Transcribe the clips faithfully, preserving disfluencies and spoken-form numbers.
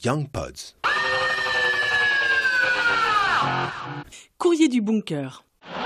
Young Pods. Courrier du bunker.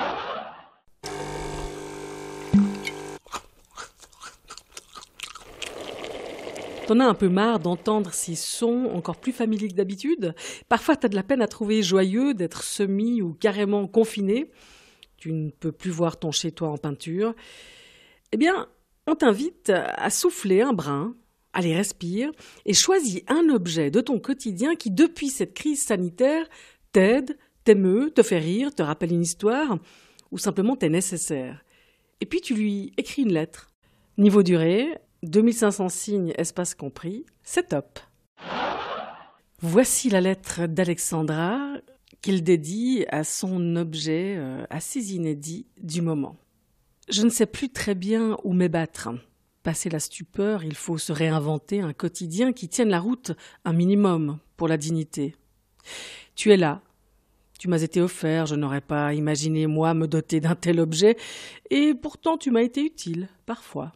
T'en as un peu marre d'entendre ces sons encore plus familiers que d'habitude. Parfois, t'as de la peine à trouver joyeux d'être semi ou carrément confiné. Tu ne peux plus voir ton chez-toi en peinture. Eh bien, on t'invite à souffler un brin, allez, respire, et choisis un objet de ton quotidien qui, depuis cette crise sanitaire, t'aide, t'émeut, te fait rire, te rappelle une histoire, ou simplement t'est nécessaire. Et puis tu lui écris une lettre. Niveau durée, deux mille cinq cents signes, espace compris, c'est top. Voici la lettre d'Alexandra qu'il dédie à son objet euh, assez inédit du moment. Je ne sais plus très bien où m'ébattre. Passé la stupeur, il faut se réinventer un quotidien qui tienne la route un minimum pour la dignité. Tu es là. Tu m'as été offert, je n'aurais pas imaginé, moi, me doter d'un tel objet, et pourtant tu m'as été utile, parfois.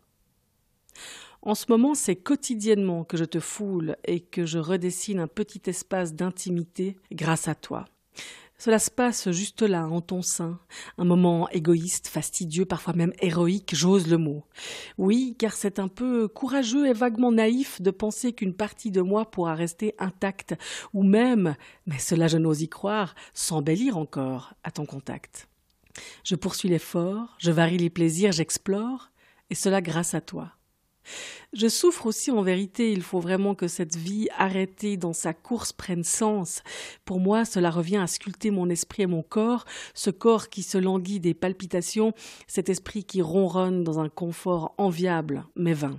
En ce moment, c'est quotidiennement que je te foule et que je redessine un petit espace d'intimité grâce à toi. Cela se passe juste là, en ton sein, un moment égoïste, fastidieux, parfois même héroïque, j'ose le mot. Oui, car c'est un peu courageux et vaguement naïf de penser qu'une partie de moi pourra rester intacte, ou même, mais cela je n'ose y croire, s'embellir encore à ton contact. Je poursuis l'effort, je varie les plaisirs, j'explore, et cela grâce à toi. Je souffre aussi en vérité, il faut vraiment que cette vie arrêtée dans sa course prenne sens. Pour moi, cela revient à sculpter mon esprit et mon corps, ce corps qui se languit des palpitations, cet esprit qui ronronne dans un confort enviable, mais vain.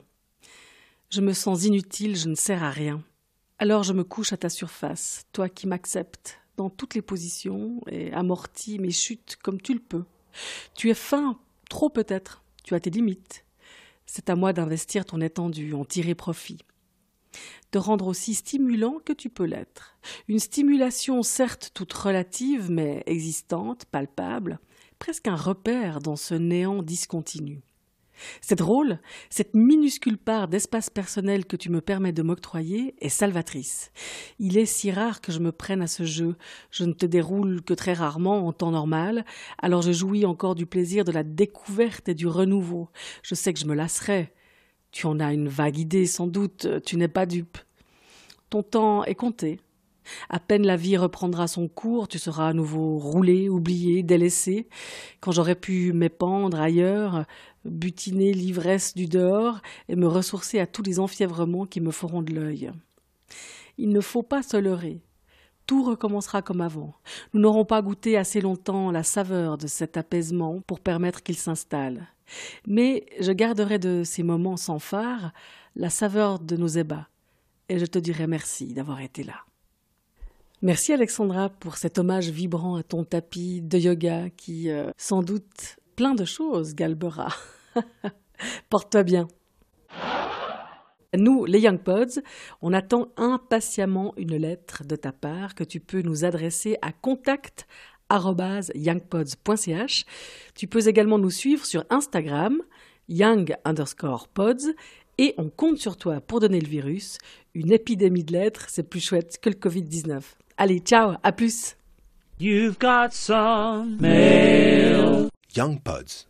Je me sens inutile, je ne sers à rien. Alors je me couche à ta surface, toi qui m'acceptes dans toutes les positions et amortis mes chutes comme tu le peux. Tu es fin, trop peut-être, tu as tes limites. C'est à moi d'investir ton étendue, en tirer profit. De rendre aussi stimulant que tu peux l'être. Une stimulation certes toute relative, mais existante, palpable, presque un repère dans ce néant discontinu. C'est drôle, cette minuscule part d'espace personnel que tu me permets de m'octroyer est salvatrice. Il est si rare que je me prenne à ce jeu. Je ne te déroule que très rarement en temps normal, alors je jouis encore du plaisir de la découverte et du renouveau. Je sais que je me lasserai. Tu en as une vague idée, sans doute, tu n'es pas dupe. Ton temps est compté. À peine la vie reprendra son cours, tu seras à nouveau roulé, oublié, délaissé. Quand j'aurai pu m'épandre ailleurs, butiner l'ivresse du dehors et me ressourcer à tous les enfièvrements qui me feront de l'œil. Il ne faut pas se leurrer. Tout recommencera comme avant. Nous n'aurons pas goûté assez longtemps la saveur de cet apaisement pour permettre qu'il s'installe. Mais je garderai de ces moments sans phare la saveur de nos ébats. Et je te dirai merci d'avoir été là. Merci Alexandra pour cet hommage vibrant à ton tapis de yoga qui, euh, sans doute, plein de choses galbera. Porte-toi bien. Nous, les Young Pods, on attend impatiemment une lettre de ta part que tu peux nous adresser à contact arobase youngpods point c h. Tu peux également nous suivre sur Instagram, young underscore pods, et on compte sur toi pour donner le virus. Une épidémie de lettres, c'est plus chouette que le covid dix-neuf. Allez, ciao, à plus. You've got some mail. Young Pods.